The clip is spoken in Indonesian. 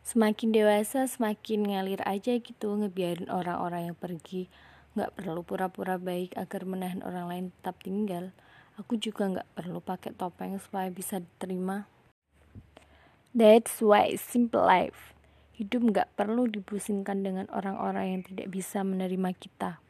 Semakin dewasa semakin ngalir aja gitu, ngebiarin orang-orang yang pergi. Gak perlu pura-pura baik agar menahan orang lain tetap tinggal. Aku juga gak perlu pakai topeng supaya bisa diterima. That's why simple life. Hidup gak perlu dipusingkan dengan orang-orang yang tidak bisa menerima kita.